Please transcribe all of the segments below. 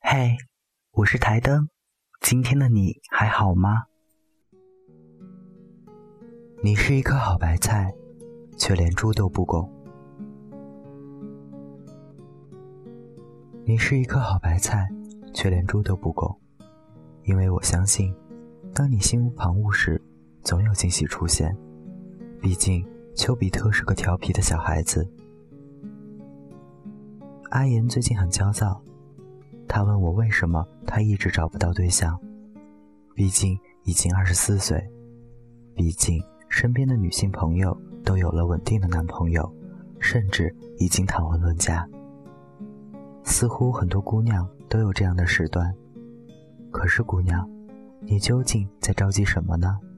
嘿，我是台灯，今天的你还好吗？你是一颗好白菜，却连猪都不拱。你是一颗好白菜，却连猪都不拱。因为我相信，当你心无旁骛时，总有惊喜出现。毕竟，丘比特是个调皮的小孩子。阿言最近很焦躁，他问我为什么他一直找不到对象。毕竟已经24岁，毕竟身边的女性朋友都有了稳定的男朋友，甚至已经谈婚论嫁。似乎很多姑娘都有这样的时段。可是姑娘，你究竟在着急什么呢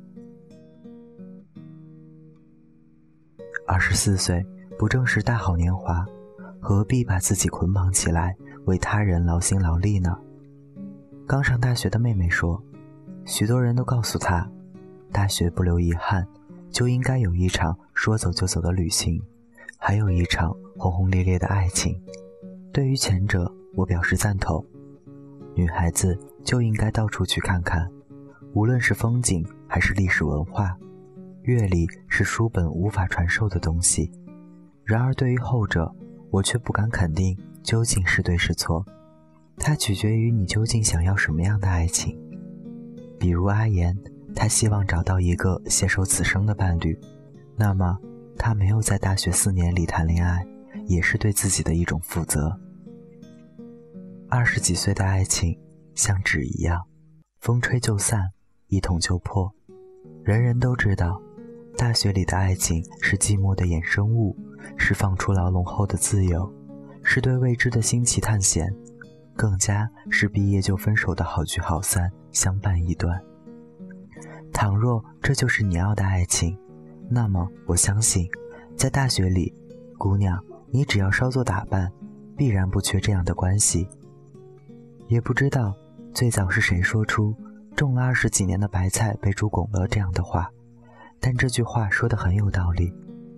？24岁不正是大好年华，何必把自己捆绑起来为他人劳心劳力呢？刚上大学的妹妹说，许多人都告诉她，大学不留遗憾，就应该有一场说走就走的旅行，还有一场轰轰烈烈的爱情。对于前者，我表示赞同。女孩子就应该到处去看看，无论是风景还是历史文化，阅历是书本无法传授的东西。然而对于后者，我却不敢肯定究竟是对是错，它取决于你究竟想要什么样的爱情。比如阿言，他希望找到一个携手此生的伴侣，那么他没有在大学4年里谈恋爱，也是对自己的一种负责。20几岁的爱情像纸一样，风吹就散，一捅就破。人人都知道，大学里的爱情是寂寞的衍生物，是放出牢笼后的自由，是对未知的新奇探险，更加是毕业就分手的好聚好散，相伴一段。倘若这就是你要的爱情，那么我相信，在大学里，姑娘，你只要稍作打扮，必然不缺这样的关系。也不知道最早是谁说出种了20几年的白菜被猪拱了这样的话，但这句话说得很有道理。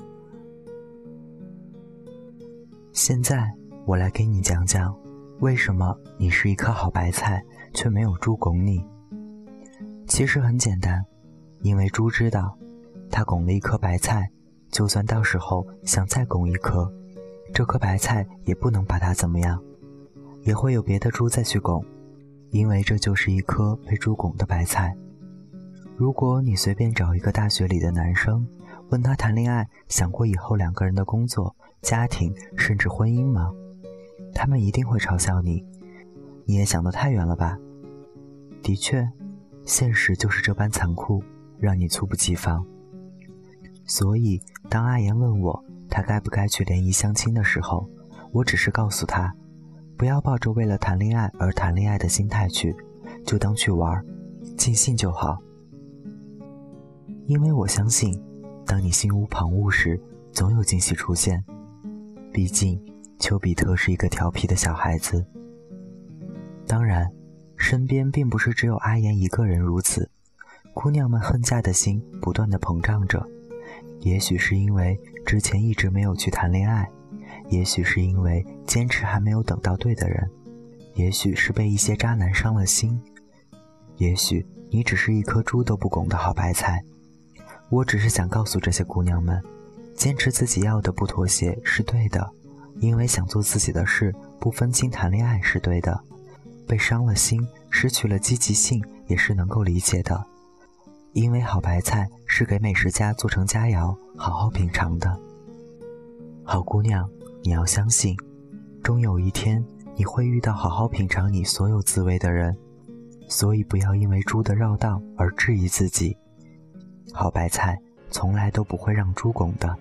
现在我来给你讲讲，为什么你是一颗好白菜，却没有猪拱你。其实很简单，因为猪知道，它拱了一颗白菜，就算到时候想再拱一颗，这颗白菜也不能把它怎么样，也会有别的猪再去拱，因为这就是一颗被猪拱的白菜。如果你随便找一个大学里的男生，问他谈恋爱想过以后2个人的工作、家庭甚至婚姻吗？他们一定会嘲笑你，你也想得太远了吧。的确，现实就是这般残酷，让你猝不及防。所以当阿言问我他该不该去联谊相亲的时候，我只是告诉他，不要抱着为了谈恋爱而谈恋爱的心态去，就当去玩，尽兴就好。因为我相信，当你心无旁骛时，总有惊喜出现。毕竟丘比特是一个调皮的小孩子。当然，身边并不是只有阿言一个人如此，姑娘们恨嫁的心不断地膨胀着。也许是因为之前一直没有去谈恋爱，也许是因为坚持还没有等到对的人，也许是被一些渣男伤了心，也许你只是一颗猪都不拱的好白菜。我只是想告诉这些姑娘们，坚持自己要的不妥协是对的，因为想做自己的事，不分清谈恋爱是对的，被伤了心，失去了积极性也是能够理解的，因为好白菜是给美食家做成佳肴，好好品尝的。好姑娘，你要相信，终有一天你会遇到好好品尝你所有滋味的人，所以不要因为猪的绕道而质疑自己。好白菜从来都不会让猪拱的。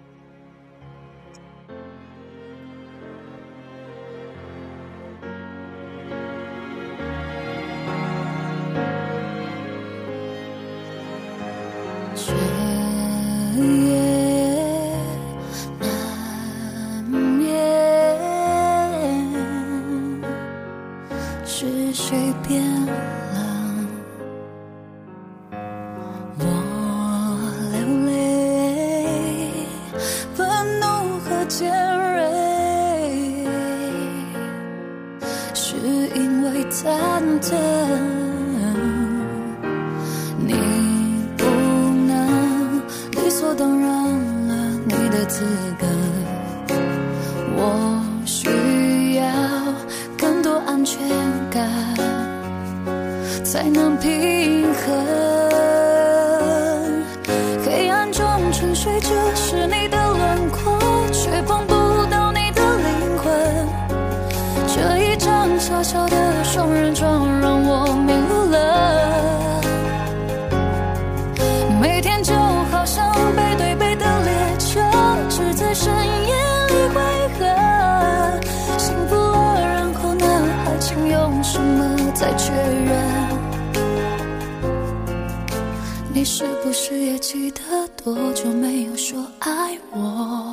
却也难免是谁变了，我流泪，愤怒和尖锐，是因因为忐忑，你不能理所当然了你的资格，我需要更多安全感才能平衡。黑暗中沉睡着是你的轮廓，却碰不到你的灵魂。这一张小小的双人床让我迷路了，每天就好像背对背的列车，只在深夜里汇合。幸福了然后呢？爱情用什么再确认？你是不是也记得多久没有说爱我？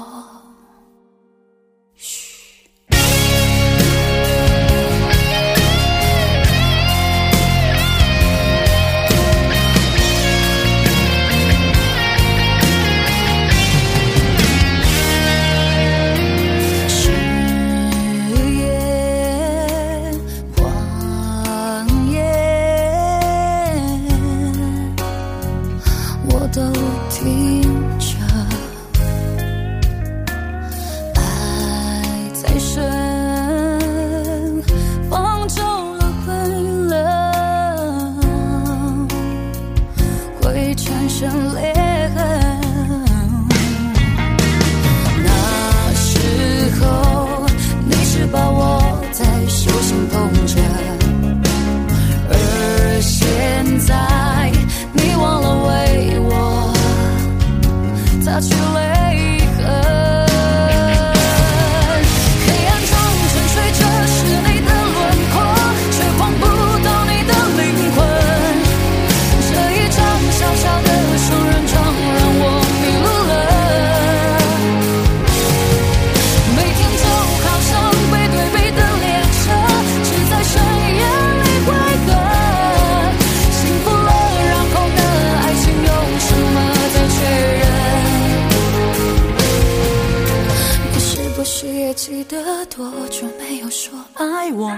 都听着，爱再深，放久了会冷，会产生裂痕。那时候你是把我在手心捧着，而现在你忘了为我擦去泪痕。黑暗中沉睡着是你的轮廓，却碰不到你的灵魂。这一张小小的双人床让我迷路了，每天就好像背对背的列车，只在深夜里汇合。幸福了然后呢？爱情用什么再确认？不是也记得多久没有说爱我？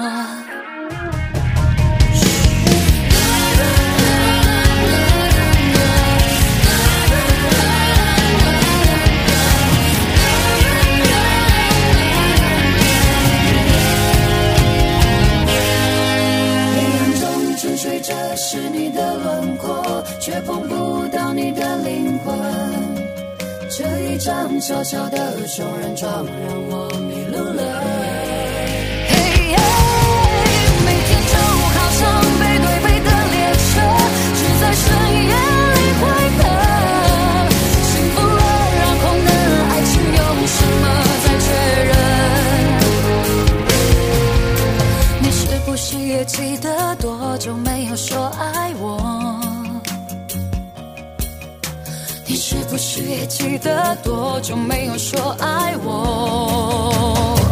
黑暗中沉睡着是你的轮廓，却碰不到你的灵魂。这一张小小的双人床让我迷路了，嘿嘿，每天就好像背对背的列车，只在深夜里汇合。幸福了然后呢？爱情用什么再确认？你是不是也记得多久没有说爱我？你是不是也记得多久没有说爱我？